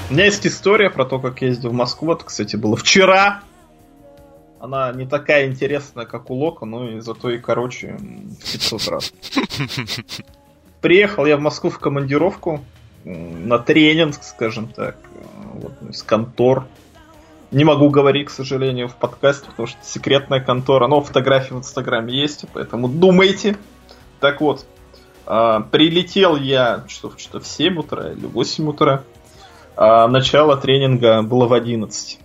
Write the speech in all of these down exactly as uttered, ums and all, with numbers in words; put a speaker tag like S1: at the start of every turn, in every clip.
S1: У меня есть история про то, как я ездил в Москву. Это, кстати, было вчера. Она не такая интересная, как у Лока, но и зато и короче в пятьсот раз. Приехал я в Москву в командировку на тренинг, скажем так, вот, из контор. Не могу говорить, к сожалению, в подкасте, потому что секретная контора, но фотографии в Инстаграме есть, поэтому думайте. Так вот, прилетел я что, что в семь утра или в восемь утра. А начало тренинга было в одиннадцать.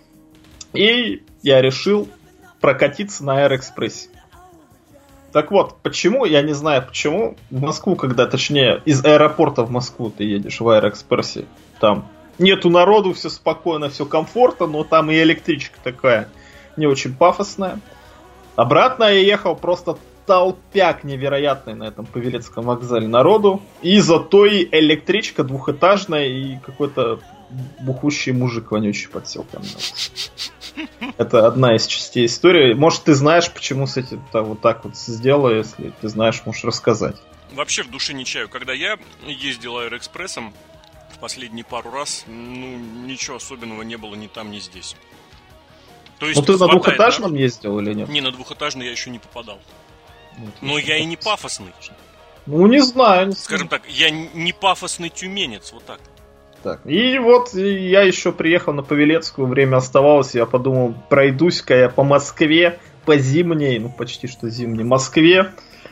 S1: И я решил прокатиться на Аэроэкспрессе. Так вот, почему, я не знаю почему, в Москву, когда, точнее, из аэропорта в Москву ты едешь в Аэроэкспрессе, там нету народу, все спокойно, все комфортно, но там и электричка такая не очень пафосная. Обратно я ехал просто толпяк невероятный на этом Павелецком вокзале народу. И зато и электричка двухэтажная, и какой-то бухущий мужик вонючий подсел ко мне. Это одна из частей истории. Может, ты знаешь, почему с этим вот так вот сделала, если ты знаешь, можешь рассказать.
S2: Вообще в душе не чаю. Когда я ездил Аэроэкспрессом в последние пару раз, ну, ничего особенного не было ни там, ни здесь. То есть,
S1: ну, ты
S2: хватает,
S1: на двухэтажном
S2: да?
S1: ездил или нет?
S2: Не, на двухэтажный я еще не попадал.
S1: Вот,
S2: но я и не пафосный.
S1: Ну, не знаю. Не
S2: Скажем так, я не пафосный тюменец, вот так.
S1: Так, и вот я еще приехал на Павелецкую, время оставалось, я подумал, пройдусь-ка я по Москве, по зимней, ну почти что зимней Москве,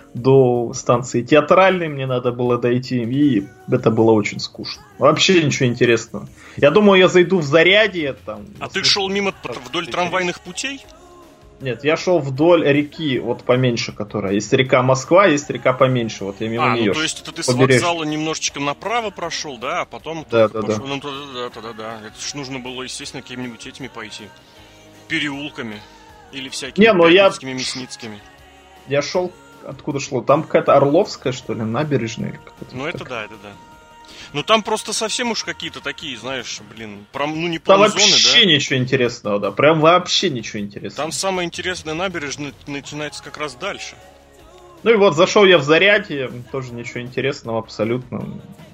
S1: до станции Театральной мне надо было дойти, и это было очень скучно. Вообще ничего интересного. Я думаю, я зайду в Зарядье там.
S2: А ты шел мимо вдоль трамвайных путей?
S1: Нет, я шел вдоль реки, вот поменьше, которая. Есть река Москва, есть река поменьше, вот я мимо
S2: а,
S1: нее.
S2: Ну, то есть это ты
S1: побережье.
S2: с вокзала немножечко направо прошел, да, а потом
S1: да, да,
S2: пошел.
S1: Да.
S2: Ну, тогда да, тогда да. Это ж нужно было, естественно, какими-нибудь этими пойти. Переулками. Или всякими
S1: Не, но
S2: Пятницкими,
S1: я...
S2: Мясницкими.
S1: Я шел, откуда шло? Там какая-то Орловская, что ли, набережная или какая-то.
S2: Ну, это
S1: так.
S2: да, это да. Ну, там просто совсем уж какие-то такие, знаешь, блин, прям, ну, не
S1: Там
S2: ползоны,
S1: вообще
S2: да?
S1: ничего интересного, да. Прям вообще ничего интересного.
S2: Там самая интересная набережная начинается как раз дальше.
S1: Ну и вот зашел я в Зарядье, тоже ничего интересного абсолютно.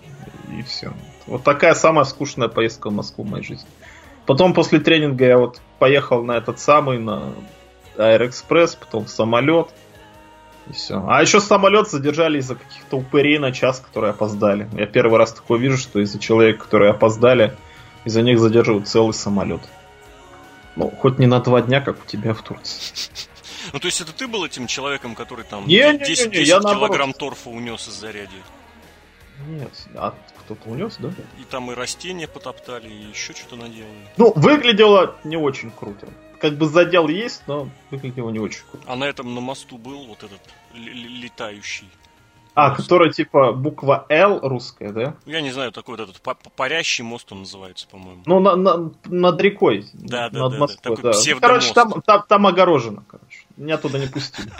S1: И все. Вот такая самая скучная поездка в Москву в моей жизни. Потом после тренинга я вот поехал на этот самый, на Аэроэкспресс, потом в самолет. И все. А еще самолет задержали из-за каких-то упырей на час, которые опоздали. Я первый раз такое вижу, что из-за человека, которые опоздали, из-за них задерживают целый самолет. Ну, хоть не на два дня, как у тебя в Турции.
S2: Ну, то есть это ты был этим человеком, который там
S1: не,
S2: десять,
S1: не, не, не,
S2: десять
S1: я
S2: килограмм
S1: наоборот.
S2: торфа унес из Зарядья?
S1: Нет, а кто-то унес, да?
S2: И там и растения потоптали, и еще что-то наделали.
S1: Ну, выглядело не очень круто. Как бы задел есть, но выглядело не очень круто.
S2: А на этом на мосту был вот этот л- л- летающий.
S1: А,
S2: мост.
S1: который типа буква Л русская, да?
S2: Я не знаю, такой вот этот по- парящий мост он называется, по-моему.
S1: Ну, на, на, над рекой.
S2: Да, да,
S1: над
S2: да,
S1: Москвой,
S2: да. Такой
S1: да.
S2: псевдомост.
S1: Короче, там, там, там огорожено, короче. Меня туда не пустили.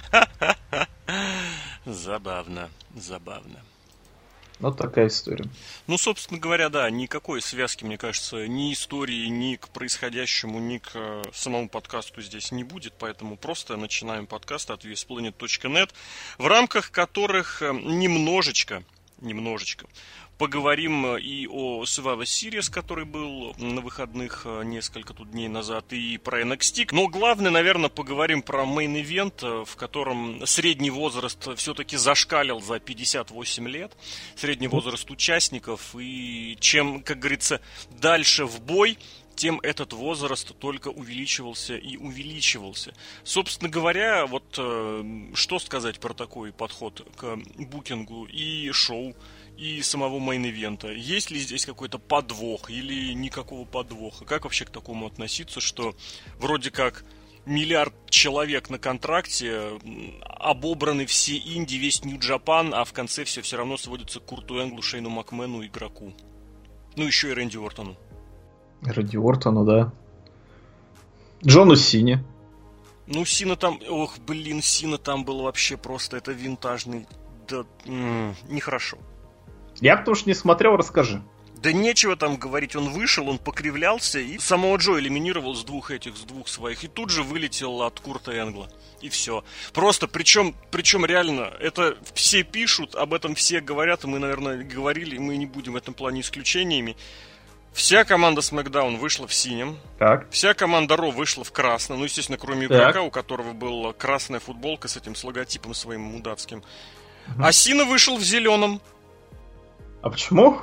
S2: Забавно, забавно.
S1: Вот такая история.
S2: Ну, собственно говоря, да, никакой связки, мне кажется, ни истории, ни к происходящему, ни к э, самому подкасту здесь не будет, поэтому просто начинаем подкаст от весьplanet точка нет, в рамках которых э, немножечко, немножечко поговорим и о Survivor Series, который был на выходных несколько тут дней назад, и про эн экс ти. Но главное, наверное, поговорим про мейн-ивент, в котором средний возраст все-таки зашкалил за пятьдесят восемь лет. Средний возраст участников. И чем, как говорится, дальше в бой, тем этот возраст только увеличивался и увеличивался. Собственно говоря, вот э, что сказать про такой подход к букингу и шоу, и самого мейн-ивента? Есть ли здесь какой-то подвох или никакого подвоха? Как вообще к такому относиться, что вроде как миллиард человек на контракте, обобраны все инди, весь Нью-Джапан, а в конце все все равно сводится к Курту Энглу, Шейну Макмену, игроку. Ну, еще и Рэнди Ортону.
S1: Рэнди Ортону, да. Джону Сине.
S2: Ну, Сина там... Ох, блин, Сина там был вообще просто... Это винтажный... Да... М-м, нехорошо.
S1: Я потому что не смотрел, расскажи.
S2: Да нечего там говорить, он вышел, он покривлялся и самого Джо элиминировал с двух этих, с двух своих, и тут же вылетел от Курта Энгла. И все. Просто, причем, причем реально, это все пишут, об этом все говорят, и мы, наверное, говорили, мы не будем в этом плане исключениями. Вся команда SmackDown вышла в синем.
S1: Так.
S2: Вся команда Raw вышла в красном. Ну, естественно, кроме игрока, так. у которого была красная футболка с этим с логотипом своим мудацким. Угу. А Сина вышел в зеленом.
S1: А почему?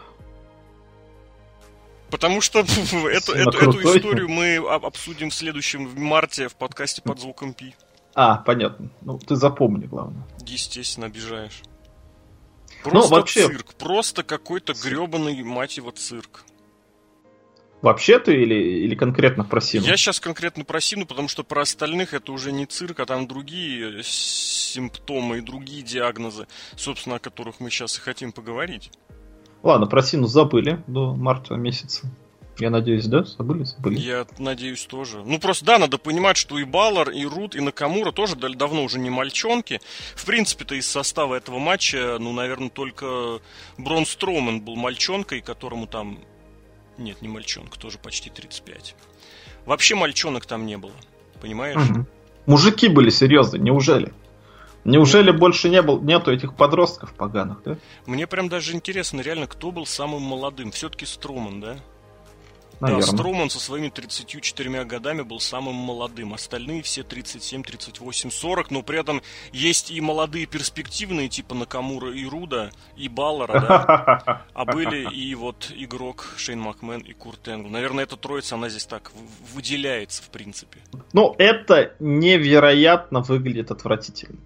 S2: Потому что эту, эту, эту историю мы обсудим в следующем в марте в подкасте «Под звуком Пи».
S1: А, понятно. Ну, ты запомни, главное.
S2: Естественно, обижаешь. Просто ну, вообще... цирк. Просто какой-то гребаный, мать его, цирк.
S1: Вообще ты или, или конкретно про Сину?
S2: Я сейчас конкретно про Сину, потому что про остальных это уже не цирк, а там другие симптомы и другие диагнозы, собственно, о которых мы сейчас и хотим поговорить.
S1: Ладно, про Сину забыли до марта месяца. Я надеюсь, да? Забыли? Забыли.
S2: Я надеюсь тоже. Ну, просто, да, надо понимать, что и Баллар, и Рут, и Накамура тоже давно уже не мальчонки. В принципе-то из состава этого матча, ну, наверное, только Брон Строумэн был мальчонкой, которому там... Нет, не мальчонка, тоже почти тридцать пять. Вообще мальчонок там не было, понимаешь?
S1: Угу. Мужики были серьезные, неужели? Неужели ну, больше не был, нету этих подростков поганых, да?
S2: Мне прям даже интересно, реально, кто был самым молодым? Все-таки Строумэн, да?
S1: Наверное.
S2: Да, Строумэн со своими тридцатью четырьмя годами был самым молодым. Остальные все тридцать семь, тридцать восемь, сорок. Но при этом есть и молодые перспективные, типа Накамура и Руда, и Баллара, да? А были и вот игрок Шейн Макмен и Курт Энгл. Наверное, эта троица, она здесь так выделяется, в принципе.
S1: Ну, это невероятно выглядит отвратительно.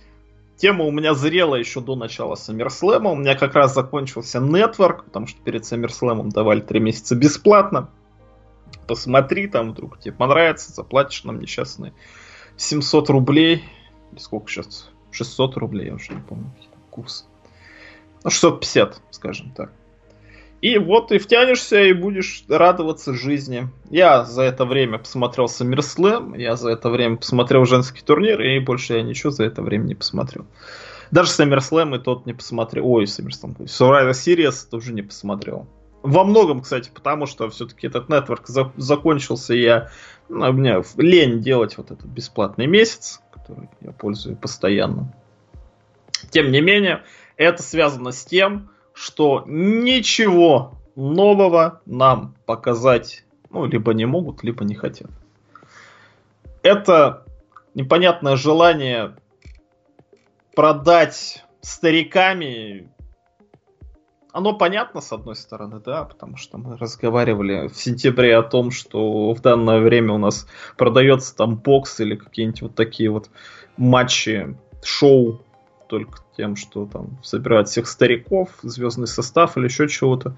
S1: Тема у меня зрела еще до начала SummerSlam. У меня как раз закончился Network, потому что перед SummerSlam давали три месяца бесплатно. Посмотри, там вдруг тебе понравится, заплатишь нам несчастные семьсот рублей. Или сколько сейчас? шестьсот рублей, я уже не помню. Курс. Ну, шестьсот пятьдесят, скажем так. И вот ты втянешься и будешь радоваться жизни. Я за это время посмотрел SummerSlam, я за это время посмотрел женский турнир, и больше я ничего за это время не посмотрел. Даже SummerSlam и тот не посмотрел. Ой, SummerSlam. Survivor Series тоже не посмотрел. Во многом, кстати, потому что все-таки этот нетворк за- закончился, и я, ну, у меня лень делать вот этот бесплатный месяц, который я пользуюсь постоянно. Тем не менее, это связано с тем, что ничего нового нам показать, ну, либо не могут, либо не хотят. Это непонятное желание продать стариками. Оно понятно, с одной стороны, да, потому что мы разговаривали в сентябре о том, что в данное время у нас продается там бокс или какие-нибудь вот такие вот матчи, шоу, только тем, что там собирают всех стариков, звездный состав или еще чего-то.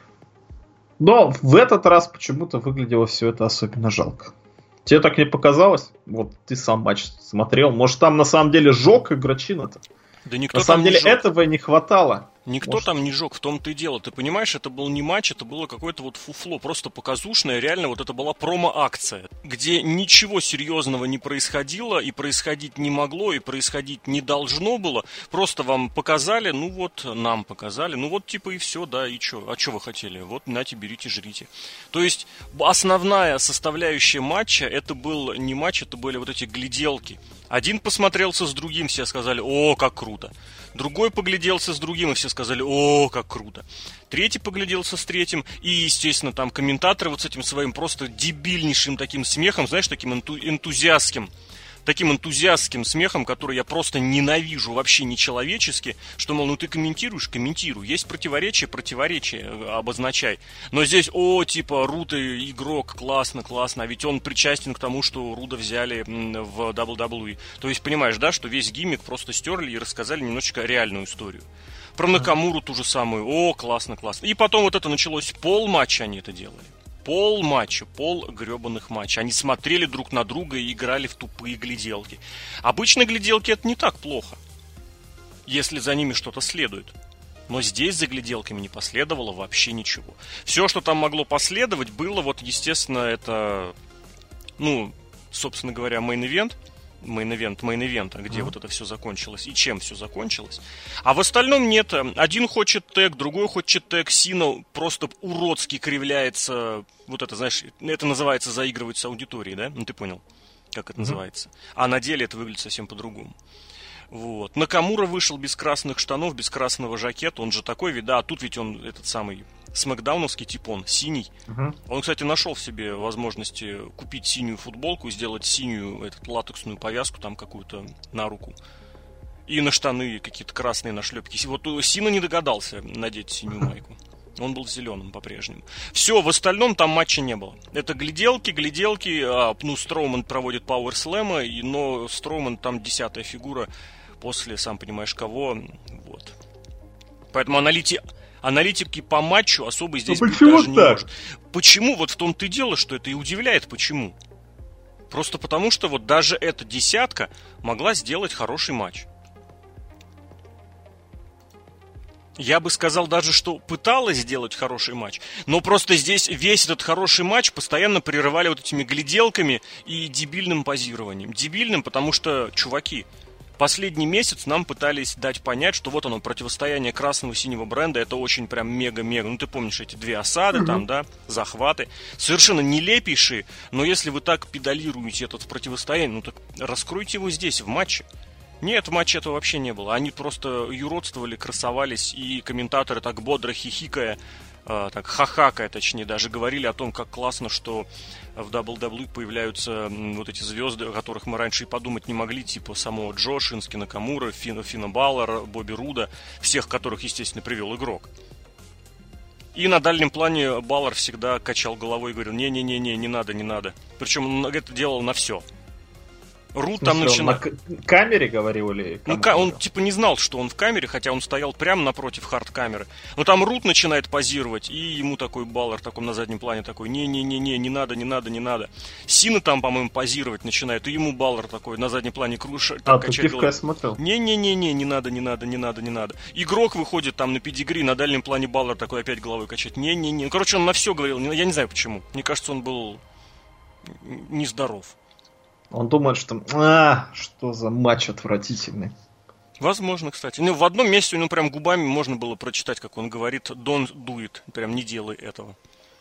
S1: Но в этот раз почему-то выглядело все это особенно жалко. Тебе так не показалось? Вот ты сам матч смотрел. Может, там на самом деле жёг игрочина-то?
S2: Да никто
S1: на самом
S2: там
S1: деле
S2: не жёг.
S1: Этого не хватало.
S2: Никто Может... там не жёг, в том-то и дело. Ты понимаешь, это был не матч, это было какое-то вот фуфло, просто показушное. Реально вот это была промо-акция, где ничего серьезного не происходило, и происходить не могло, и происходить не должно было. Просто вам показали, ну вот, нам показали, ну вот типа и все, да, и чё? А что вы хотели? Вот, нате, берите, жрите. То есть основная составляющая матча, это был не матч, это были вот эти гляделки. Один посмотрелся с другим, все сказали: о, как круто. Другой погляделся с другим, и все сказали: о, как круто. Третий погляделся с третьим, и, естественно, там комментаторы вот с этим своим просто дебильнейшим таким смехом, знаешь, таким энту- энтузиастским, таким энтузиастским смехом, который я просто ненавижу вообще нечеловечески, что, мол, ну ты комментируешь, комментируй, есть противоречие, противоречие обозначай. Но здесь, о, типа, Руда игрок, классно, классно, а ведь он причастен к тому, что Руда взяли в дабл ю дабл ю и. То есть, понимаешь, да, что весь гиммик просто стерли и рассказали немножечко реальную историю. Про Накамуру ту же самую, о, классно, классно. И потом вот это началось, пол матча они это делали. Пол матча, пол гребаных матча. Они смотрели друг на друга и играли в тупые гляделки. Обычно гляделки это не так плохо, если за ними что-то следует. Но здесь за гляделками не последовало вообще ничего. Все, что там могло последовать, было вот, естественно, это, ну, собственно говоря, мейн-ивент. Мейн-ивент, мейн-ивента, где mm-hmm. вот это все закончилось и чем все закончилось. А в остальном нет. Один хочет тег, другой хочет тег. Сина просто уродски кривляется. Вот это, знаешь, это называется заигрывать с аудиторией, да? Ну, ты понял, как это mm-hmm. называется. А на деле это выглядит совсем по-другому. Вот. Накамура вышел без красных штанов, без красного жакета. Он же такой вид, да, а тут ведь он этот самый смэкдауновский тип, он синий. Uh-huh. Он, кстати, нашел в себе возможности купить синюю футболку, сделать синюю этот, латексную повязку там какую-то на руку. И на штаны какие-то красные нашлепки. Вот Сина не догадался надеть синюю майку. Он был зеленым по-прежнему. Все, в остальном там матча не было. Это гляделки, гляделки. А, ну, Строуман проводит пауэрслэма, но Строуман там десятая фигура после, сам понимаешь, кого. Вот. Поэтому аналити... аналитики по матчу особо здесь быть даже не может. Почему? Вот в том-то и дело, что это и удивляет. Почему? Просто потому, что вот даже эта десятка могла сделать хороший матч. Я бы сказал даже, что пыталась сделать хороший матч, но просто здесь весь этот хороший матч постоянно прерывали вот этими гляделками и дебильным позированием. Дебильным, потому что, чуваки, последний месяц нам пытались дать понять, что вот оно, противостояние красного и синего бренда, это очень прям мега-мега. Ну, ты помнишь эти две осады mm-hmm. там, да, захваты. Совершенно нелепейшие, но если вы так педалируете этот противостояние, ну так раскройте его здесь, в матче. Нет, в матче этого вообще не было. Они просто юродствовали, красовались, и комментаторы так бодро хихикая, э, так хахакая, точнее, даже говорили о том, как классно, что в дабл ю дабл ю и появляются вот эти звезды, о которых мы раньше и подумать не могли, типа самого Джо, Шински Накамура, Фина, Фина Баллера, Бобби Руда, всех которых, естественно, привел игрок. И на дальнем плане Баллер всегда качал головой и говорил: не-не-не-не, не надо, не надо. Причем он это делал на все. Рут там начинал...
S1: На камере говорил или...
S2: Ну, он говорил? Типа не знал, что он в камере, хотя он стоял прямо напротив хард-камеры. Но там Рут начинает позировать, и ему такой Баллер такой на заднем плане такой: не-не-не-не, не надо, не надо, не надо. Сина там, по-моему, позировать начинает, и ему Баллер такой на заднем плане крушит.
S1: А, ты я смотрел.
S2: Не-не-не-не, не надо, не надо, не надо, не надо. Игрок выходит там на педигри, на дальнем плане Баллер такой опять головой качает. Не-не-не. Короче, он на все говорил, я не знаю почему. Мне кажется, он был нездоров.
S1: Он думает, что а, что за матч отвратительный.
S2: Возможно, кстати. Ну, в одном месте у него прям губами можно было прочитать, как он говорит: don't do it. Прям не делай этого.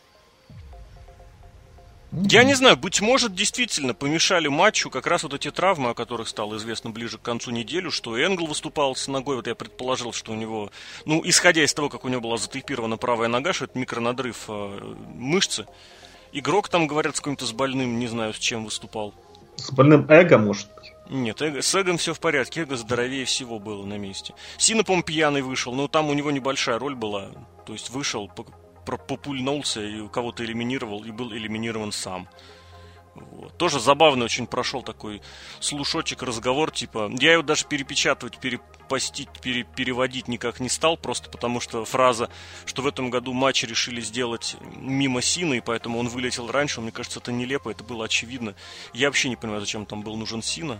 S2: Mm-hmm. Я не знаю, быть может, действительно помешали матчу как раз вот эти травмы, о которых стало известно ближе к концу недели, что Энгл выступал с ногой. Вот я предположил, что у него, ну, исходя из того, как у него была затейпирована правая нога, что это микронадрыв э, мышцы. Игрок там, говорят, с каким-то с больным, не знаю, с чем выступал.
S1: С больным эго, может быть?
S2: Нет, эго, с эгом все в порядке. Эго здоровее всего было на месте. Сина, по-моему, пьяный вышел, но там у него небольшая роль была. То есть вышел, попульнулся и кого-то элиминировал, и был элиминирован сам. Вот. Тоже забавно очень прошел такой слушочек, разговор, типа... Я его даже перепечатывать, перепостить, пере, переводить никак не стал, просто потому что фраза, что в этом году матч решили сделать мимо Сины, и поэтому он вылетел раньше, мне кажется, это нелепо, это было очевидно. Я вообще не понимаю, зачем там был нужен Сина.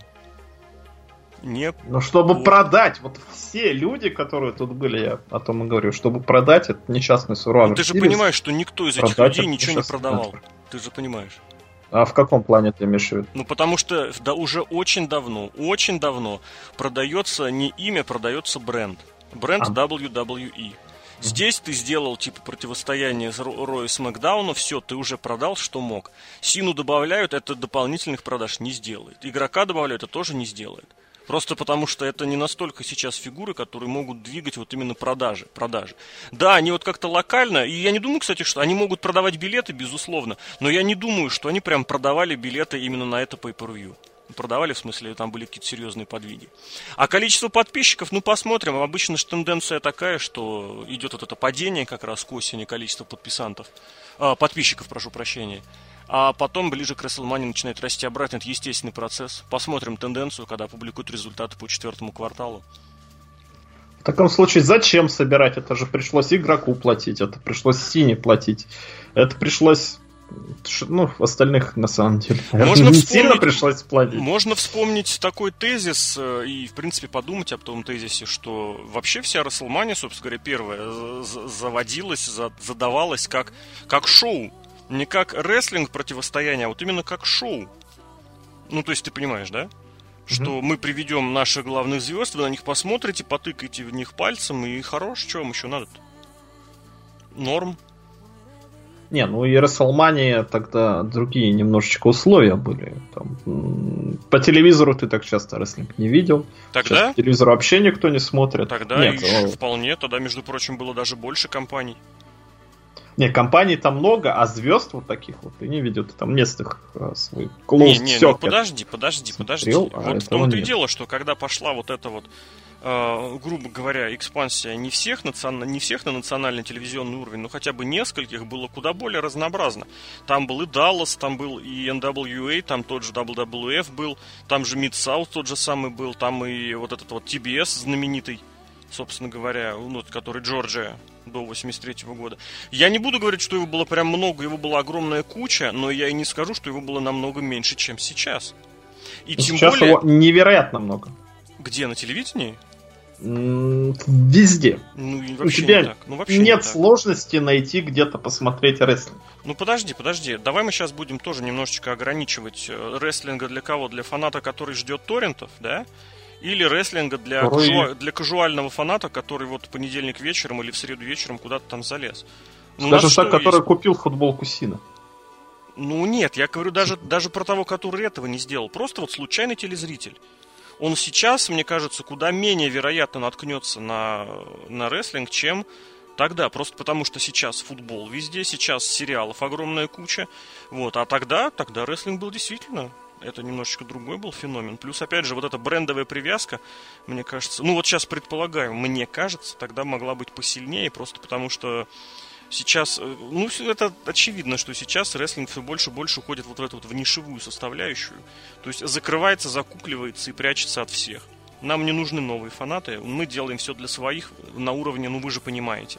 S2: Не...
S1: Ну, чтобы вот. продать, вот все люди, которые тут были, я о том и говорю, чтобы продать, это несчастный Survivor.
S2: Ну, ты же понимаешь, что никто из этих людей ничего не продавал. Network. Ты же понимаешь.
S1: А в каком плане ты имеешь в виду?
S2: Ну, потому что да, уже очень давно, очень давно продается не имя, продается бренд. Бренд а. дабл ю дабл ю и. Здесь ты сделал, типа, противостояние с Ро и Смэкдауну, все, ты уже продал, что мог. Сину добавляют, это дополнительных продаж не сделает. Игрока добавляют, это тоже не сделает. Просто потому, что это не настолько сейчас фигуры, которые могут двигать вот именно продажи, продажи. Да, они вот как-то локально, и я не думаю, кстати, что они могут продавать билеты, безусловно, но я не думаю, что они прям продавали билеты именно на это pay-per-view. Продавали, в смысле, там были какие-то серьезные подвиги. А количество подписчиков, ну, посмотрим. Обычно же тенденция такая, что идет вот это падение как раз к осени количества подписантов, а, подписчиков, прошу прощения. А потом, ближе к WrestleMania, начинает расти обратно. Это естественный процесс. Посмотрим тенденцию, когда опубликуют результаты по четвертому кварталу.
S1: В таком случае, зачем собирать? Это же пришлось игроку платить, это пришлось Сине платить, это пришлось... Ну, остальных, на самом деле,
S2: можно
S1: не сильно пришлось платить.
S2: Можно вспомнить такой тезис и, в принципе, подумать об том тезисе, что вообще вся WrestleMania, собственно говоря, первая, заводилась, задавалась как, как шоу. Не как рестлинг противостояние, а вот именно как шоу. Ну, то есть ты понимаешь, да? Что mm-hmm. мы приведем наших главных звезд, вы на них посмотрите, потыкаете в них пальцем, и хорош, что вам еще надо-то? Норм.
S1: Не, ну и WrestleMania тогда другие немножечко условия были. Там, по телевизору ты так часто рестлинг не видел.
S2: Тогда?
S1: Сейчас по телевизору вообще никто не смотрит.
S2: Тогда
S1: Нет,
S2: еще
S1: ну...
S2: вполне. Тогда, между прочим, было даже больше компаний.
S1: Не, компаний там много, а звезд вот таких вот ты не видел. Ты там местных а, свой closed
S2: Не, не, ну подожди, подожди, подожди.
S1: Смотрел, а
S2: вот в том-то и
S1: нет.
S2: дело, что когда пошла вот эта вот, э, грубо говоря, экспансия не всех, национ... не всех на национальный телевизионный уровень, но хотя бы нескольких, было куда более разнообразно. Там был и Dallas, там был и эн дабл ю эй, там тот же дабл ю дабл ю эф был, там же Mid-South тот же самый был, там и вот этот вот ти би эс знаменитый, собственно говоря, ну, который Джорджия до восемьдесят третьего года. Я не буду говорить, что его было прям много, его была огромная куча, но я и не скажу, что его было намного меньше, чем сейчас. И
S1: Но
S2: тем
S1: сейчас
S2: более...
S1: его невероятно много.
S2: Где, на телевидении?
S1: Везде.
S2: Ну, и
S1: У
S2: вообще
S1: тебя
S2: не так. Ну, вообще
S1: нет
S2: не так.
S1: сложности найти где-то посмотреть рестлинг.
S2: Ну, подожди, подожди. Давай мы сейчас будем тоже немножечко ограничивать рестлинга для кого? Для фаната, который ждет торрентов, да? Или рестлинга для,
S1: Который...
S2: кажу... для кажуального фаната, который вот в понедельник вечером или в среду вечером куда-то там залез. Ну,
S1: Скажем так, который
S2: есть?
S1: купил футболку Сина.
S2: Ну нет, я говорю даже, даже про того, который этого не сделал. Просто вот случайный телезритель. Он сейчас, мне кажется, куда менее вероятно наткнется на, на рестлинг, чем тогда. Просто потому, что сейчас футбол везде, сейчас сериалов огромная куча. Вот. А тогда, тогда рестлинг был действительно... Это немножечко другой был феномен. Плюс, опять же, вот эта брендовая привязка, мне кажется... Ну, вот сейчас предполагаю, мне кажется, тогда могла быть посильнее, просто потому что сейчас... Ну, это очевидно, что сейчас рестлинг все больше и больше уходит вот в эту вот в нишевую составляющую. То есть закрывается, закукливается и прячется от всех. Нам не нужны новые фанаты, мы делаем все для своих на уровне, ну, вы же понимаете.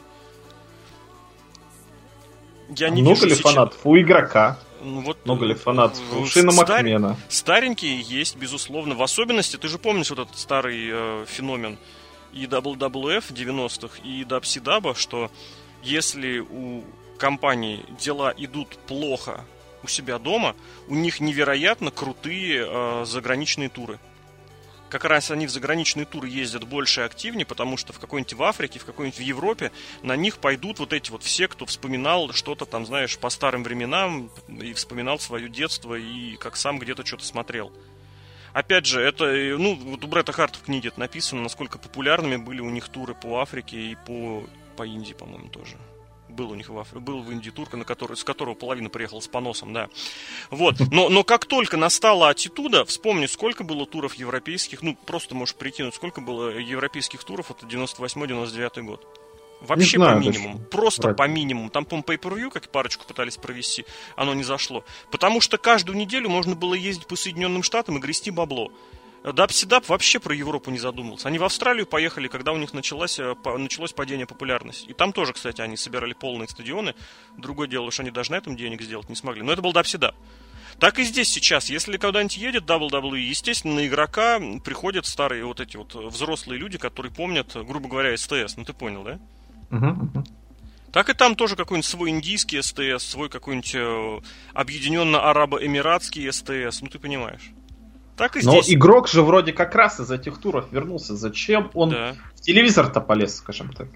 S2: Я не
S1: Много
S2: вижу
S1: ли
S2: сейчас...
S1: фанатов у игрока?
S2: Ну, вот,
S1: Много ли фанатов у Шейна
S2: стар...
S1: Макмена?
S2: Старенькие есть, безусловно. В особенности, ты же помнишь вот этот старый э, феномен и дабл ю дабл ю эф девяностых, и дабл ю си дабл ю, что если у компании дела идут плохо у себя дома, у них невероятно крутые э, заграничные туры. Как раз они в заграничные туры ездят больше и активнее, потому что в какой-нибудь в Африке, в какой-нибудь в Европе на них пойдут вот эти вот все, кто вспоминал что-то там, знаешь, по старым временам и вспоминал свое детство и как сам где-то что-то смотрел. Опять же, это, ну, вот у Бретта Харта в книге это написано, насколько популярными были у них туры по Африке и по, по Индии, по-моему, тоже. Был у них в Африке, был в Индии тур, на который, с которого половина приехала с поносом, да. Вот. Но, но как только настала аттитуда, вспомни, сколько было туров европейских, ну, просто можешь прикинуть, сколько было европейских туров, это девяносто восьмой девяносто девятый год. Вообще
S1: знаю,
S2: по минимуму.
S1: даже.
S2: Просто
S1: Врать.
S2: по минимуму. Там, по-моему, pay-per-view, как парочку пытались провести, оно не зашло. Потому что каждую неделю можно было ездить по Соединенным Штатам и грести бабло. дабл ю си дабл ю вообще про Европу не задумывался. Они в Австралию поехали, когда у них началось, началось падение популярности. И там тоже, кстати, они собирали полные стадионы. Другое дело, что они даже на этом денег сделать не смогли. Но это был дабл ю си дабл ю. Так и здесь сейчас. Если когда-нибудь едет дабл ю дабл ю и, естественно, на игрока приходят старые вот эти вот взрослые люди, которые помнят, грубо говоря, эс тэ эс. Ну, ты понял, да?
S1: Угу, угу.
S2: Так и там тоже какой-нибудь свой индийский эс тэ эс, свой какой-нибудь э, объединенно-арабо-эмиратский эс тэ эс. Ну, ты понимаешь. Так и
S1: Но
S2: здесь.
S1: игрок же вроде как раз из этих туров вернулся. Зачем он
S2: Да.
S1: в телевизор-то полез, скажем так?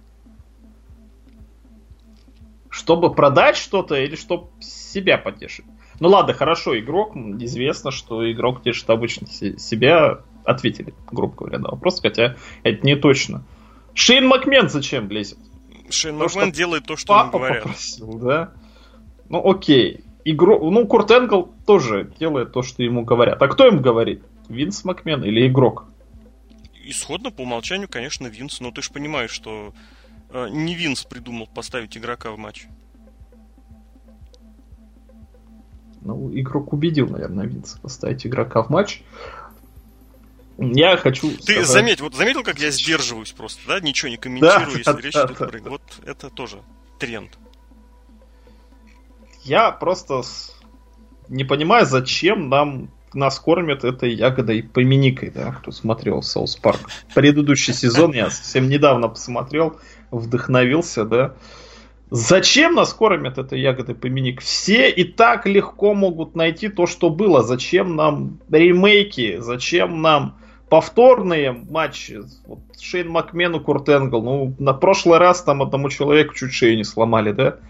S1: Чтобы продать что-то или чтобы себя потешить? Ну ладно, хорошо, игрок, известно, что игрок тешит обычно себя, ответили, грубо говоря, на вопрос, хотя это не точно. Шейн Макмен зачем лезет?
S2: Шейн
S1: То,
S2: Макмен
S1: что
S2: делает то, что ему
S1: Папа
S2: говорят.
S1: попросил, да? Ну окей. Игрок, ну, Курт Энгл тоже делает то, что ему говорят. А кто им говорит? Винс Макмен или игрок?
S2: Исходно, по умолчанию, конечно, Винс. Но ты же понимаешь, что э, не Винс придумал поставить игрока в матч.
S1: Ну, игрок убедил, наверное, Винса поставить игрока в матч. Я хочу
S2: Ты
S1: сказать...
S2: заметь, вот заметил, как я сдерживаюсь просто, да? Ничего не комментирую,
S1: Да,
S2: если
S1: да,
S2: речь
S1: да,
S2: идет
S1: да,
S2: про...
S1: да.
S2: Вот это тоже тренд.
S1: Я просто с- не понимаю, зачем нам нас кормят этой ягодой поминикой, да, кто смотрел Саус Парк. Предыдущий сезон я совсем недавно посмотрел, вдохновился, да. Зачем нас кормят этой ягодой поминик? Все и так легко могут найти то, что было. Зачем нам ремейки? Зачем нам повторные матчи? Вот Шейн Макмен и Курт Энгл. Ну, на прошлый раз там одному человеку чуть шею не сломали, да?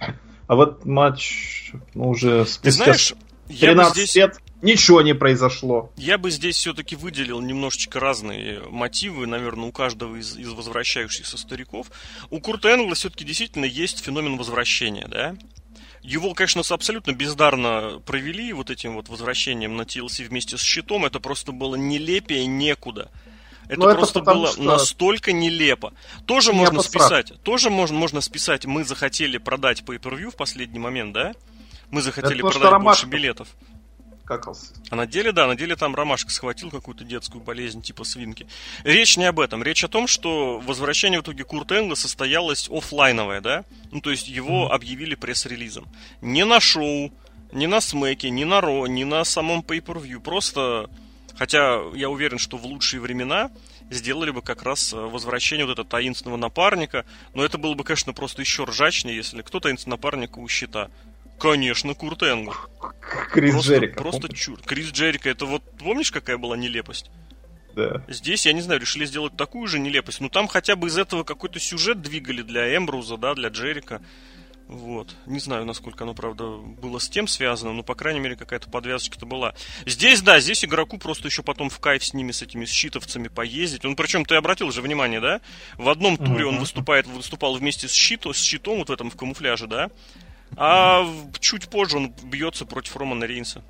S1: А вот матч ну, уже спустя
S2: знаешь,
S1: тринадцать
S2: здесь...
S1: лет ничего не произошло.
S2: Я бы здесь все-таки выделил немножечко разные мотивы, наверное, у каждого из, из возвращающихся стариков. У Курта Энгла все-таки действительно есть феномен возвращения, да? Его, конечно, абсолютно бездарно провели вот этим вот возвращением на ти эл си вместе с Щитом. Это просто было нелепее некуда. Это
S1: Но
S2: просто
S1: это
S2: было
S1: что...
S2: настолько нелепо. Тоже
S1: Не
S2: можно
S1: посрать.
S2: списать. Тоже можно, можно списать. Мы захотели продать pay-per-view в последний момент, да? Мы захотели
S1: это
S2: продать больше
S1: Ромашка
S2: билетов.
S1: Какался.
S2: А на деле, да, на деле там Ромашка схватил какую-то детскую болезнь типа свинки. Речь не об этом. Речь о том, что возвращение в итоге Курта Энгла состоялось офлайновое, да? Ну, то есть его mm-hmm. объявили пресс-релизом. Не на шоу, не на Смэке, не на Ро, не на самом pay-per-view. Просто, хотя я уверен, что в лучшие времена сделали бы как раз возвращение вот этого таинственного напарника. Но это было бы, конечно, просто еще ржачнее, если кто таинственный напарник у Щита. Конечно, Курт Энгл.
S1: Крис
S2: просто,
S1: Джерико.
S2: Просто чур. Крис Джерико, это вот, помнишь, какая была нелепость?
S1: Да.
S2: Здесь, я не знаю, решили сделать такую же нелепость. Ну, там хотя бы из этого какой-то сюжет двигали для Эмбруза, да, для Джерика. Вот. Не знаю, насколько оно, правда, было с тем связано, но, по крайней мере, какая-то подвязочка-то была. Здесь, да, здесь игроку просто еще потом в кайф с ними, с этими щитовцами поездить. Он, причем, ты обратил же внимание, да? В одном туре он выступает, выступал вместе с щитом, с щитом вот в этом, в камуфляже, да? А чуть позже он бьется против Романа Рейнса.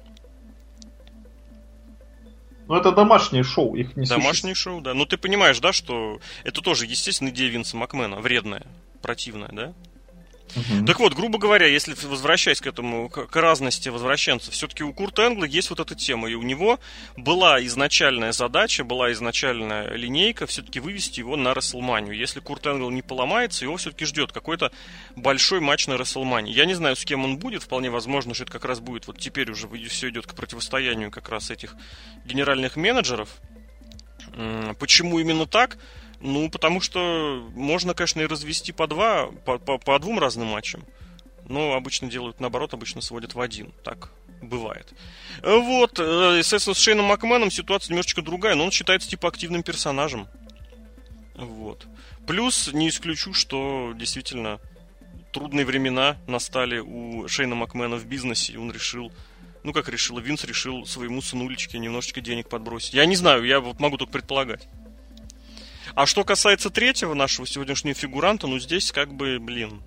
S1: Ну, это домашнее шоу, их не
S2: Домашнее
S1: существует.
S2: шоу, да. Но ты понимаешь, да, что это тоже, естественно, идея Винса Макмена. Вредная, противная, да? Uh-huh. Так вот, грубо говоря, если возвращаясь к этому, к, к разности возвращенцев, все-таки у Курта Энгла есть вот эта тема, и у него была изначальная задача, была изначальная линейка все-таки вывести его на Расселманию. Если Курт Энгл не поломается, его все-таки ждет какой-то большой матч на Расселмании. Я не знаю, с кем он будет, вполне возможно, что это как раз будет, вот теперь уже все идет к противостоянию как раз этих генеральных менеджеров. Почему именно так? Ну, потому что можно, конечно, и развести по два, по, по, по двум разным матчам. Но обычно делают наоборот, обычно сводят в один. Так бывает. Вот, естественно, с Шейном Макменом ситуация немножечко другая, но он считается типа активным персонажем. Вот. Плюс не исключу, что действительно трудные времена настали у Шейна Макмена в бизнесе, и он решил, ну как решил, Винс решил своему сынулечке немножечко денег подбросить. Я не знаю, я вот могу только предполагать. А что касается третьего нашего сегодняшнего фигуранта, ну здесь как бы, блин.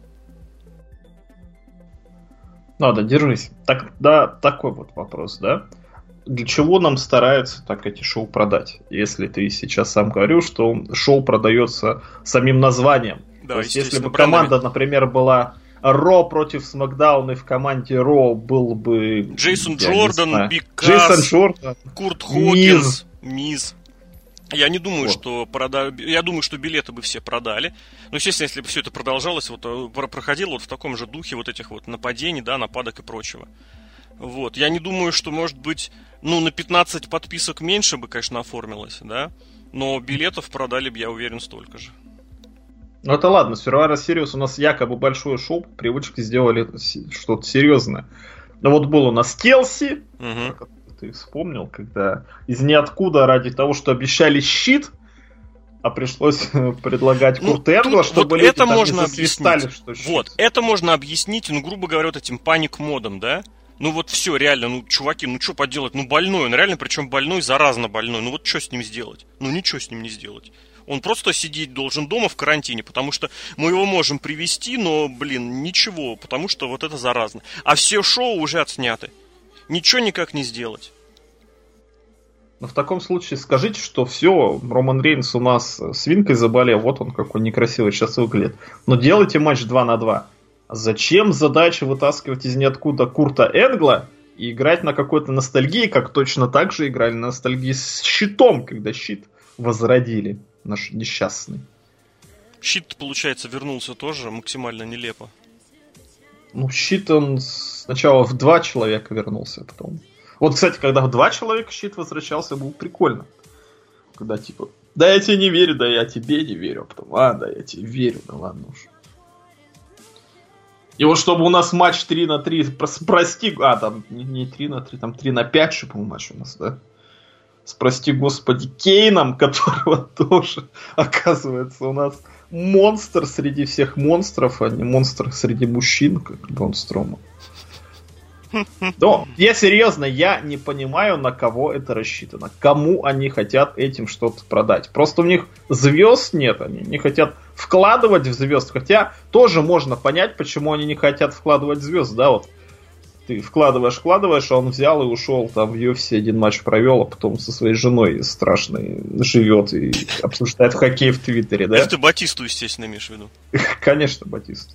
S1: Надо, держись. Так, да, такой вот вопрос, да? Для чего нам стараются так эти шоу продать? Если ты сейчас сам говорил, что шоу продается самим названием.
S2: Да,
S1: то есть, если бы
S2: брендами.
S1: команда, например, была Ро против Смакдаун, и в команде Ро был бы...
S2: Джейсон Джордан, Биг Касс,
S1: Джейсон Джордан,
S2: Курт Хокинс, Миз. Я не думаю, вот. что прода... я думаю, что билеты бы все продали. Но, естественно, если бы все это продолжалось, вот проходило вот в таком же духе вот этих вот нападений, да, нападок и прочего. Вот. Я не думаю, что, может быть, ну, на пятнадцать подписок меньше бы, конечно, оформилось, да. Но билетов продали бы, я уверен, столько же.
S1: Ну это ладно, Survivor Series у нас якобы большое шоу, по привычке сделали что-то серьезное. Но вот был у нас Келси, угу. Ты вспомнил, когда из ниоткуда ради того, что обещали щит, а пришлось предлагать ну, Курт Энгла, чтобы
S2: вот
S1: люди
S2: это
S1: там
S2: можно
S1: не засвистали,
S2: объяснить.
S1: что щит.
S2: Вот, это можно объяснить, ну, грубо говоря, вот этим паник-модом, да? Ну вот все, реально, ну, чуваки, ну что поделать, ну больной, он реально, причем больной, заразно больной, ну вот что с ним сделать? Ну ничего с ним не сделать. Он просто сидеть должен дома в карантине, потому что мы его можем привезти, но, блин, ничего, потому что вот это заразно. А все шоу уже отсняты. Ничего никак не сделать.
S1: Но в таком случае скажите, что все, Роман Рейнс у нас свинкой заболел, вот он какой некрасивый сейчас выглядит. Но делайте матч два на два. Зачем задача вытаскивать из ниоткуда Курта Энгла и играть на какой-то ностальгии, как точно так же играли на ностальгии с Щитом, когда Щит возродили, наш несчастный.
S2: Щит, получается, вернулся тоже максимально нелепо.
S1: Ну, Щит, он сначала в два человека вернулся, потом... Вот, кстати, когда в два человека Щит возвращался, было прикольно. Когда типа, да я тебе не верю, да я тебе не верю. А потом, а, да я тебе верю, да ладно уж. И вот чтобы у нас матч три на три, прости, а, там не три на три, там три на пять, по-моему, матч у нас, да? с, прости господи, Кейном, которого тоже, оказывается, у нас монстр среди всех монстров, а не монстр среди мужчин, как Брон Строман. Но, я серьезно, я не понимаю, на кого это рассчитано. Кому они хотят этим что-то продать. Просто у них звезд нет, они не хотят вкладывать в звезд. Хотя тоже можно понять, почему они не хотят вкладывать в звезд. Да, вот ты вкладываешь, вкладываешь, а он взял и ушел, там в ю эф си один матч провел, а потом со своей женой страшной живет и обсуждает хоккей в Твиттере, да?
S2: Это Батисту, естественно, имеешь в виду.
S1: Конечно, Батисту.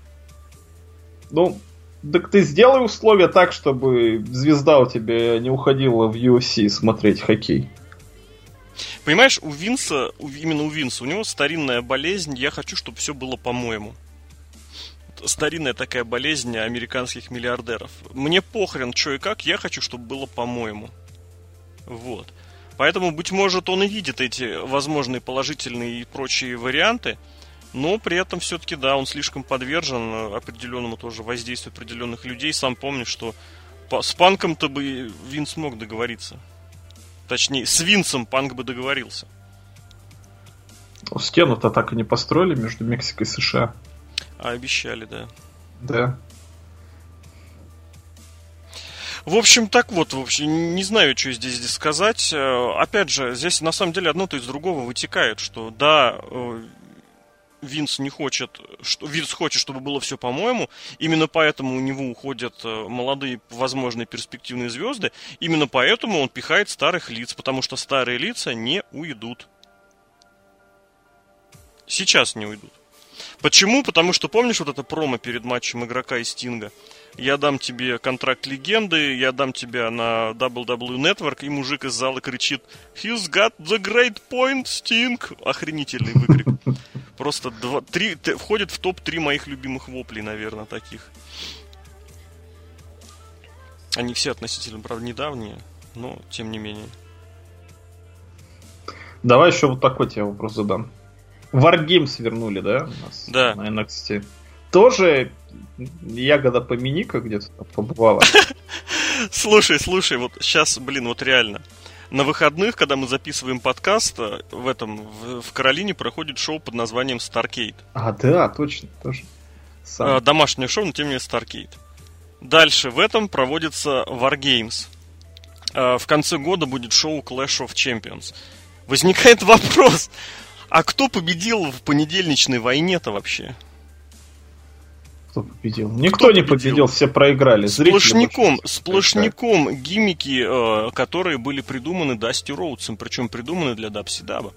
S1: Ну, так ты сделай условия так, чтобы звезда у тебя не уходила в ю эф си смотреть хоккей.
S2: Понимаешь, у Винса, именно у Винса, у него старинная болезнь, я хочу, чтобы все было по-моему. Старинная такая болезнь американских миллиардеров. Мне похрен, что и как, я хочу, чтобы было по-моему. Вот. Поэтому, быть может, он и видит эти возможные положительные и прочие варианты, но при этом все-таки, да, он слишком подвержен определенному тоже воздействию определенных людей. Сам помнишь, что с Панком-то бы Винс мог договориться. Точнее, с Винсом Панк бы договорился.
S1: Стену-то так и не построили между Мексикой и США.
S2: А обещали, да.
S1: Да.
S2: В общем, так вот, в общем, не знаю, что здесь, здесь сказать. Опять же, здесь на самом деле одно-то из другого вытекает, что да, Винс не хочет, что Винс хочет, чтобы было все по-моему. Именно поэтому у него уходят молодые, возможные перспективные звезды. Именно поэтому он пихает старых лиц, потому что старые лица не уйдут. Сейчас не уйдут. Почему? Потому что, помнишь вот это промо перед матчем игрока и Стинга? Я дам тебе контракт легенды, я дабл ю дабл ю и на дабл ю дабл ю и Network, и мужик из зала кричит «He's got the great point, Sting!» Охренительный выкрик. Просто два, три, т, входит в топ три моих любимых воплей, наверное, таких. Они все относительно, правда, недавние, но тем не менее.
S1: Давай еще вот такой тебе вопрос задам. Wargames вернули, да, у нас?
S2: Да.
S1: На эн экс ти. Тоже ягода Поминика где-то побывала?
S2: Слушай, слушай, вот сейчас, блин, вот реально. На выходных, когда мы записываем подкаст, в этом, в, в Каролине проходит шоу под названием Starcade.
S1: А, да, точно, тоже.
S2: Сам. Домашнее шоу, но тем не менее Starcade. Дальше в этом проводится Wargames. В конце года будет шоу Clash of Champions. Возникает вопрос... А кто победил в понедельничной войне-то вообще?
S1: Кто победил? Никто кто не победил? победил, все проиграли.
S2: Сплошняком, сплошняком гиммики, э, которые были придуманы Дасти Роудсом, причем придуманы для Дабсидаба.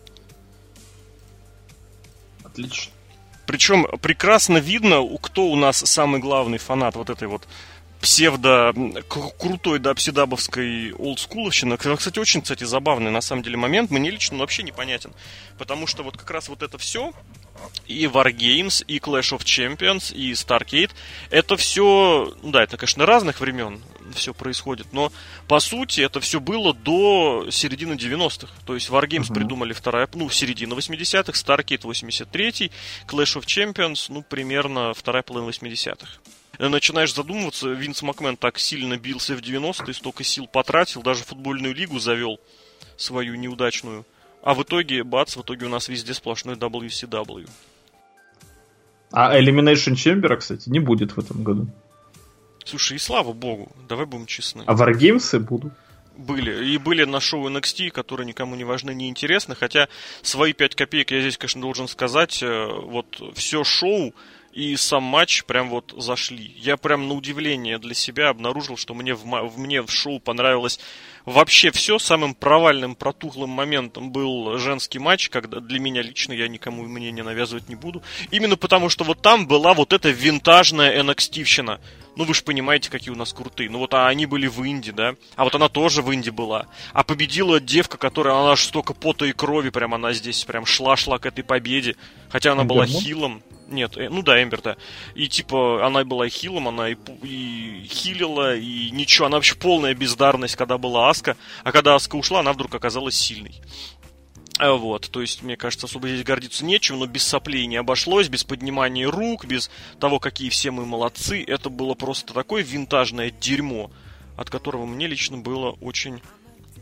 S1: Отлично.
S2: Причем прекрасно видно, кто у нас самый главный фанат вот этой вот псевдо крутой дабсидабовской олдскуловщины. Кстати, очень, кстати, забавный на самом деле момент. Мне лично вообще непонятен. Потому что вот как раз вот это все, и Wargames, и Clash of Champions, и Starcade, это все, ну да, это, конечно, разных времен все происходит, но по сути это все было до середины девяностых. То есть Wargames uh-huh. придумали вторая, ну, середина восьмидесятых, Starcade восемьдесят третий, Clash of Champions, ну, примерно вторая половина восьмидесятых. Начинаешь задумываться, Винс Макмен так сильно бился в девяностые, столько сил потратил, даже футбольную лигу завел свою неудачную. А в итоге, бац, в итоге у нас везде сплошной дабл ю си дабл ю.
S1: А Elimination Chamber, кстати, не будет в этом году.
S2: Слушай, и слава богу, давай будем честны.
S1: А Wargames будут?
S2: Были. И были на шоу эн экс ти, которые никому не важны, не интересны. Хотя свои пять копеек я здесь, конечно, должен сказать. Вот все шоу и сам матч прям вот зашли. Я прям на удивление для себя обнаружил, что мне в, в, мне в шоу понравилось вообще все. Самым провальным, протухлым моментом был женский матч, когда для меня лично, я никому мнение навязывать не буду. Именно потому, что вот там была вот эта винтажная эн экс ти-вщина. Ну, вы же понимаете, какие у нас крутые. Ну, вот а они были в Инди, да? А вот она тоже в Инди была. А победила девка, которая, она аж столько пота и крови, прям она здесь прям шла-шла к этой победе. Хотя она была хилом. Нет, э, ну да, Эмбер, да. И типа она была хилом, она и, и хилила, и ничего. Она вообще полная бездарность, когда была Аска. А когда Аска ушла, она вдруг оказалась сильной. Вот, то есть, мне кажется, особо здесь гордиться нечем, но без соплей не обошлось, без поднимания рук, без того, какие все мы молодцы. Это было просто такое винтажное дерьмо, от которого мне лично было очень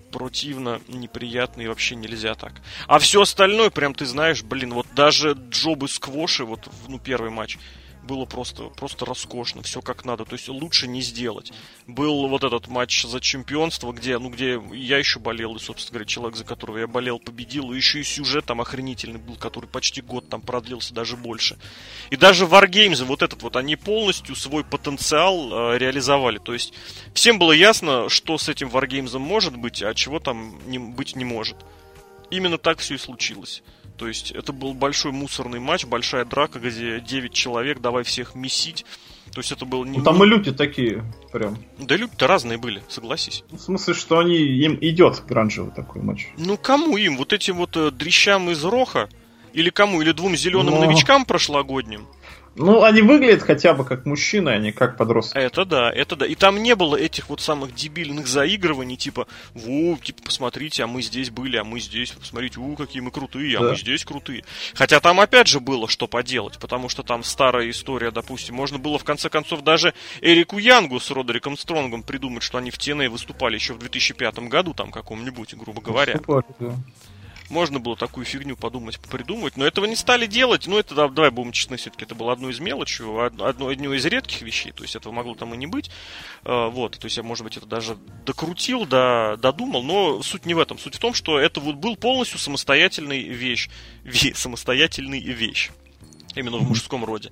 S2: противно, неприятно и вообще нельзя так. А все остальное, прям ты знаешь, блин, вот даже джобы-сквоши, вот, ну, первый матч, было просто, просто роскошно, все как надо, то есть лучше не сделать. Был вот этот матч за чемпионство, где, ну, где я еще болел, и, собственно говоря, человек, за которого я болел, победил, и еще и сюжет там охренительный был, который почти год там продлился, даже больше. И даже Wargames, вот этот вот, они полностью свой потенциал э, реализовали, то есть всем было ясно, что с этим Wargames может быть, а чего там не, быть не может. Именно так все и случилось. То есть это был большой мусорный матч, большая драка, где девять человек, давай всех месить. То есть это был...
S1: Ну, там и люди такие прям.
S2: Да люди-то разные были, согласись.
S1: В смысле, что они, им идет гранжевый такой матч.
S2: Ну кому им? Вот этим вот э, дрищам из Роха? Или кому? Или двум зеленым
S1: Но...
S2: новичкам прошлогодним?
S1: Ну, они выглядят хотя бы как мужчины, а не как подростки.
S2: Это да, это да. И там не было этих вот самых дебильных заигрываний, типа, во, типа, посмотрите, а мы здесь были, а мы здесь, посмотрите, у, какие мы крутые, а да. мы здесь крутые. Хотя там опять же было что поделать, потому что там старая история, допустим, можно было в конце концов даже Эрику Янгу с Родериком Стронгом придумать, что они в Ти Эн Эй выступали еще в две тысячи пятом году, там каком-нибудь, грубо говоря. Выступали, да. Можно было такую фигню подумать, придумать, но этого не стали делать. Ну, это, давай будем честны, все-таки это было одно из мелочей, одно, одно из редких вещей, то есть этого могло там и не быть. Вот, то есть я, может быть, это даже докрутил, да, додумал, но суть не в этом. Суть в том, что это вот был полностью самостоятельный вещь, ве, самостоятельный вещь, именно в мужском роде.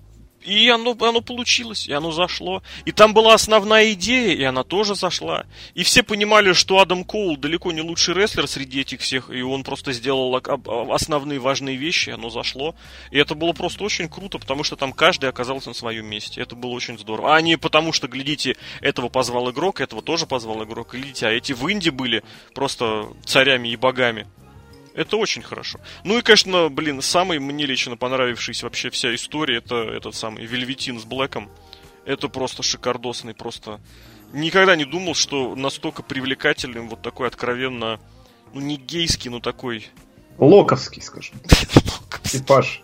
S2: И оно, оно получилось, и оно зашло. И там была основная идея, и она тоже зашла. И все понимали, что Адам Коул далеко не лучший рестлер среди этих всех, и он просто сделал основные важные вещи, и оно зашло. И это было просто очень круто, потому что там каждый оказался на своем месте. Это было очень здорово. А не потому что, глядите, этого позвал игрок, этого тоже позвал игрок. Глядите, а эти в инди были просто царями и богами. Это очень хорошо. Ну и, конечно, блин, самый мне лично понравившийся вообще вся история, это этот самый Вельветин с Блэком. Это просто шикардосный, просто... Никогда не думал, что настолько привлекательным вот такой откровенно, ну не гейский, но такой...
S1: Локовский, скажем. Типаж.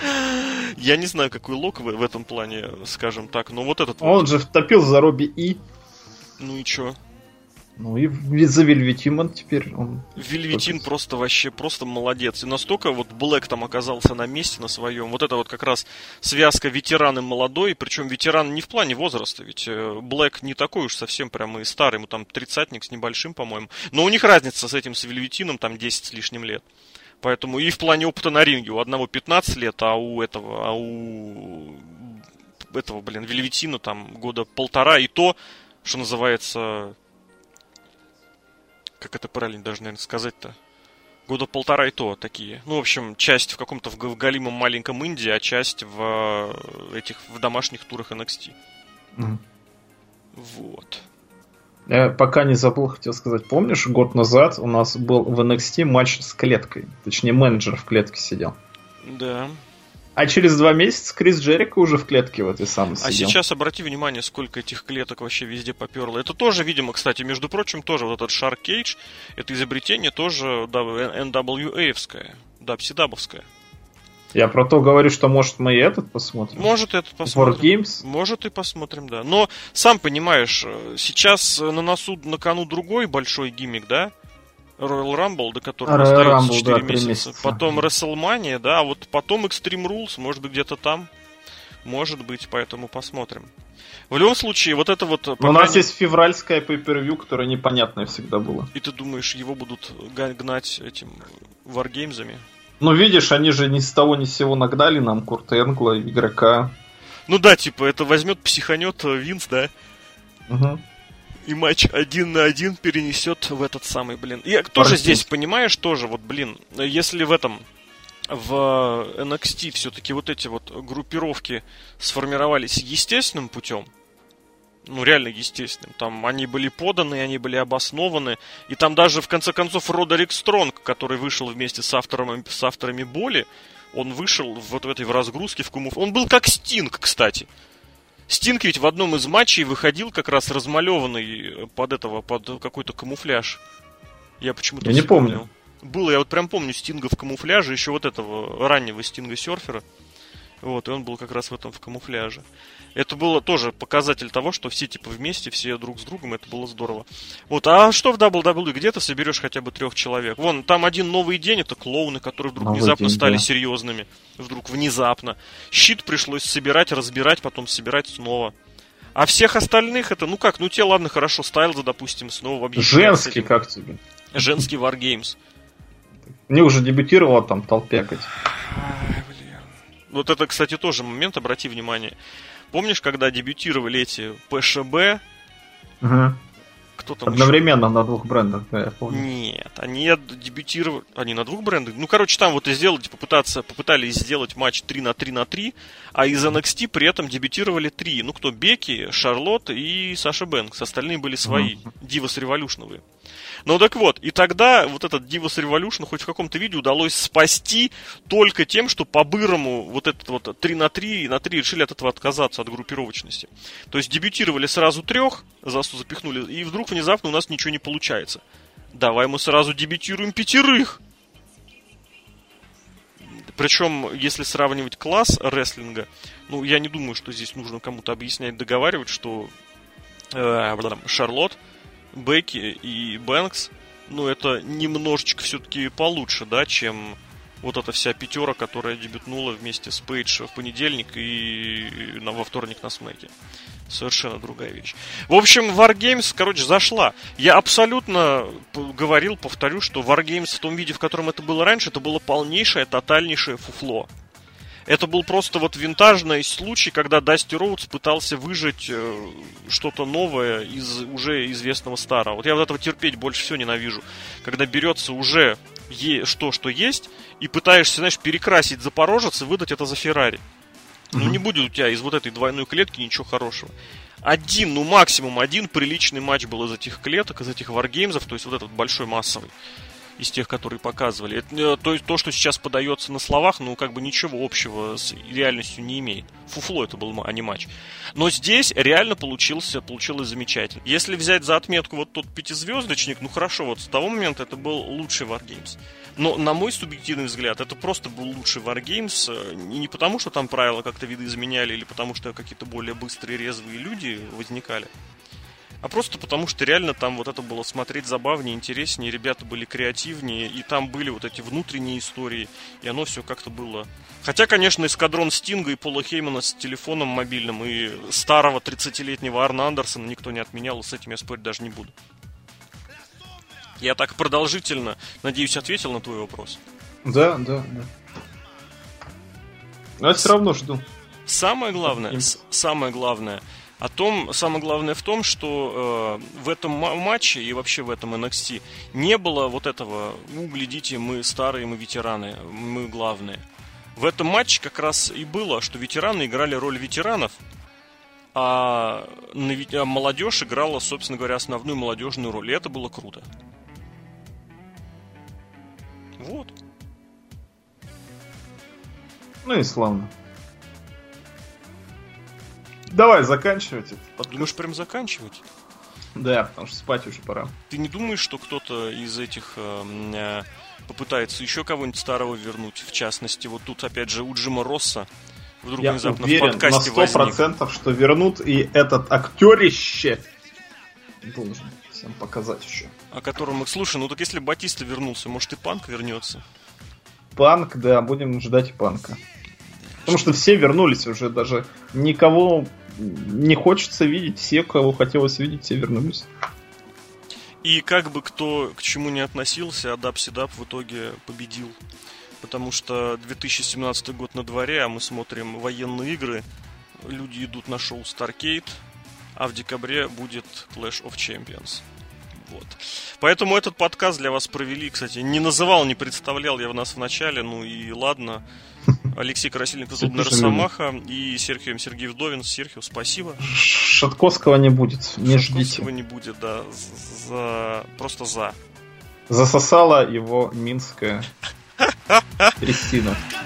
S2: Я не знаю, какой Лок в этом плане, скажем так, но вот этот...
S1: Он же втопил за Робби И.
S2: Ну и чё?
S1: Ну и за Вельветин он теперь... Он...
S2: Вельветин просто вообще просто молодец. И настолько вот Блэк там оказался на месте на своем. Вот это вот как раз связка ветеран и молодой. Причем ветеран не в плане возраста. Ведь Блэк не такой уж совсем прям и старый. Ему там тридцатник с небольшим, по-моему. Но у них разница с этим, с Вельветином, там десять с лишним лет. Поэтому и в плане опыта на ринге. У одного пятнадцать лет, а у этого... А у этого, блин, Вельветина там года полтора. И то, что называется... Как это правильно даже, наверное, сказать-то? Года полтора и то такие. Ну, в общем, часть в каком-то в галимом маленьком инди, а часть в этих в домашних турах эн экс ти. Mm. Вот.
S1: Я пока не забыл, хотел сказать. Помнишь, год назад у нас был в эн экс ти матч с клеткой? Точнее, менеджер в клетке сидел.
S2: Да.
S1: А через два месяца Крис Джерико уже в клетке в этой самой сидел.
S2: А сейчас обрати внимание, сколько этих клеток вообще везде поперло. Это тоже, видимо, кстати, между прочим, тоже вот этот Shark Cage, это изобретение тоже эн дабл ю эй-овское, дабси-дабовское.
S1: Я про то говорю, что может мы и этот посмотрим.
S2: Может этот посмотрим.
S1: Wargames?
S2: Может и посмотрим, да. Но, сам понимаешь, сейчас на носу, на кону другой большой гиммик, да? Royal Rumble, до которого остается четыре да, месяца. месяца. Потом WrestleMania, да, а вот потом Extreme Rules, может быть, где-то там. Может быть, поэтому посмотрим. В любом случае, вот это вот...
S1: У крайней... нас есть февральская pay-per-view, которая непонятная всегда была.
S2: И ты думаешь, его будут гнать этим Wargames'ами?
S1: Ну, видишь, они же ни с того ни с сего нагнали нам Курта Энгла, игрока.
S2: Ну да, типа, это возьмет, психанет Винс, да?
S1: Угу.
S2: И матч один на один перенесет в этот самый, блин. И тоже Партийский. Здесь, понимаешь, тоже вот, блин, если в этом, в эн экс ти все-таки вот эти вот группировки сформировались естественным путем, ну, реально естественным, там они были поданы, они были обоснованы, и там даже, в конце концов, Родерик Стронг, который вышел вместе с авторами, с авторами Боли, он вышел вот в этой в разгрузке, в камуф... Он был как Стинг, кстати. Стинг ведь в одном из матчей выходил как раз размалеванный под этого, под какой-то камуфляж. Я почему-то
S1: Я не помню.
S2: Было, я вот прям помню Стинга в камуфляже, еще вот этого раннего Стинга-серфера. Вот, и он был как раз в этом в камуфляже. Это было тоже показатель того, что все типа вместе, все друг с другом, это было здорово. Вот, а что в дабл ю дабл ю и? Где ты соберешь хотя бы трех человек? Вон, там один новый день, это клоуны, которые вдруг новый внезапно день, стали да. серьезными. Вдруг внезапно. Щит пришлось собирать, разбирать, потом собирать снова. А всех остальных это, ну как, ну те, ладно, хорошо, Стайлза, допустим, снова объединяют.
S1: Женский, как тебе?
S2: Женский Wargames.
S1: Не уже дебютировала там толпякать.
S2: Ай, блин. Вот это, кстати, тоже момент, обрати внимание. Помнишь, когда дебютировали эти ПШБ?
S1: Угу.
S2: Кто там
S1: одновременно
S2: еще?
S1: На двух брендах, да, я помню.
S2: Нет, они дебютировали... Они на двух брендах? Ну, короче, там вот и сделать, попытаться, попытались сделать матч три на три на три, а из эн экс ти при этом дебютировали три. Ну, кто? Бекки, Шарлотт и Саша Бэнкс. Остальные были свои. Uh-huh. Divas Revolution'овые. Ну, так вот, и тогда вот этот Divas Revolution хоть в каком-то виде удалось спасти только тем, что по-бырому вот этот вот три на три на три решили от этого отказаться, от группировочности. То есть дебютировали сразу трех, запихнули, и вдруг внезапно у нас ничего не получается. Давай мы сразу дебютируем пятерых. Причем, если сравнивать класс рестлинга, ну, я не думаю, что здесь нужно кому-то объяснять, договаривать, что э, Шарлотт, Бекки и Бэнкс, ну, это немножечко все-таки получше, да, чем вот эта вся пятера, которая дебютнула вместе с Пейдж в понедельник и во вторник на Смэке. Совершенно другая вещь. В общем, Wargames, короче, зашла. Я абсолютно говорил, повторю, что Wargames в том виде, в котором это было раньше, это было полнейшее, тотальнейшее фуфло. Это был просто вот винтажный случай, когда Дасти Роудс пытался выжать э, что-то новое из уже известного старого. Вот я вот этого терпеть больше всего ненавижу. Когда берется уже е- что, что есть, и пытаешься, знаешь, перекрасить Запорожец и выдать это за Феррари. Mm-hmm. Ну не будет у тебя из вот этой двойной клетки ничего хорошего. Один, ну максимум один приличный матч был из этих клеток, из этих варгеймсов, то есть вот этот большой массовый. Из тех, которые показывали. Это, то, то, что сейчас подается на словах, ну, как бы ничего общего с реальностью не имеет. Фуфло это был, а не матч. Но здесь реально получился, получилось замечательно. Если взять за отметку вот тот пятизвездочник, ну, хорошо, вот с того момента это был лучший Wargames. Но, на мой субъективный взгляд, это просто был лучший Wargames. И не потому, что там правила как-то видоизменяли, или потому, что какие-то более быстрые, резвые люди возникали. А просто потому, что реально там вот это было смотреть забавнее, интереснее, ребята были креативнее, и там были вот эти внутренние истории, и оно все как-то было... Хотя, конечно, эскадрон Стинга и Пола Хеймана с телефоном мобильным и старого тридцатилетнего Арна Андерсона никто не отменял, и с этим я спорить даже не буду. Я так продолжительно, надеюсь, ответил на твой вопрос.
S1: Да, да, да. Но я все равно жду.
S2: Самое главное, самое главное... О том, самое главное в том, что э, в этом матче и вообще в этом эн экс ти не было вот этого, ну, глядите, мы старые, мы ветераны, мы главные. В этом матче как раз и было, что ветераны играли роль ветеранов, а, а молодежь играла, собственно говоря, основную молодежную роль. И это было круто. Вот.
S1: Ну и славно. Давай заканчивать это.
S2: Думаешь, прям заканчивать?
S1: Да, потому что спать уже пора.
S2: Ты не думаешь, что кто-то из этих э, попытается еще кого-нибудь старого вернуть? В частности, вот тут опять же у Джима Росса вдруг
S1: я
S2: внезапно
S1: уверен,
S2: в подкасте
S1: на сто процентов, возник. Что вернут, и этот актерище должен всем показать еще.
S2: О котором мы... Слушай, ну так если Батиста вернулся, может и Панк вернется?
S1: Панк, да, будем ждать Панка. Потому что все вернулись уже, даже никого не хочется видеть, все, кого хотелось видеть, все вернулись.
S2: И как бы кто к чему не относился, Адап Седап в итоге победил. Потому что две тысячи семнадцатый год на дворе, а мы смотрим военные игры, люди идут на шоу Starcade, а в декабре будет Clash of Champions. Вот. Поэтому этот подкаст для вас провели, кстати, не называл, не представлял я в нас в начале, ну и ладно. Алексей Красильников, Зубная Росомаха и Серхио Сергей Вдовин. Серхио, спасибо.
S1: Шатковского не будет, не ждите.
S2: Шатковского не будет, да. За... Просто за.
S1: Засосала его минская Кристина.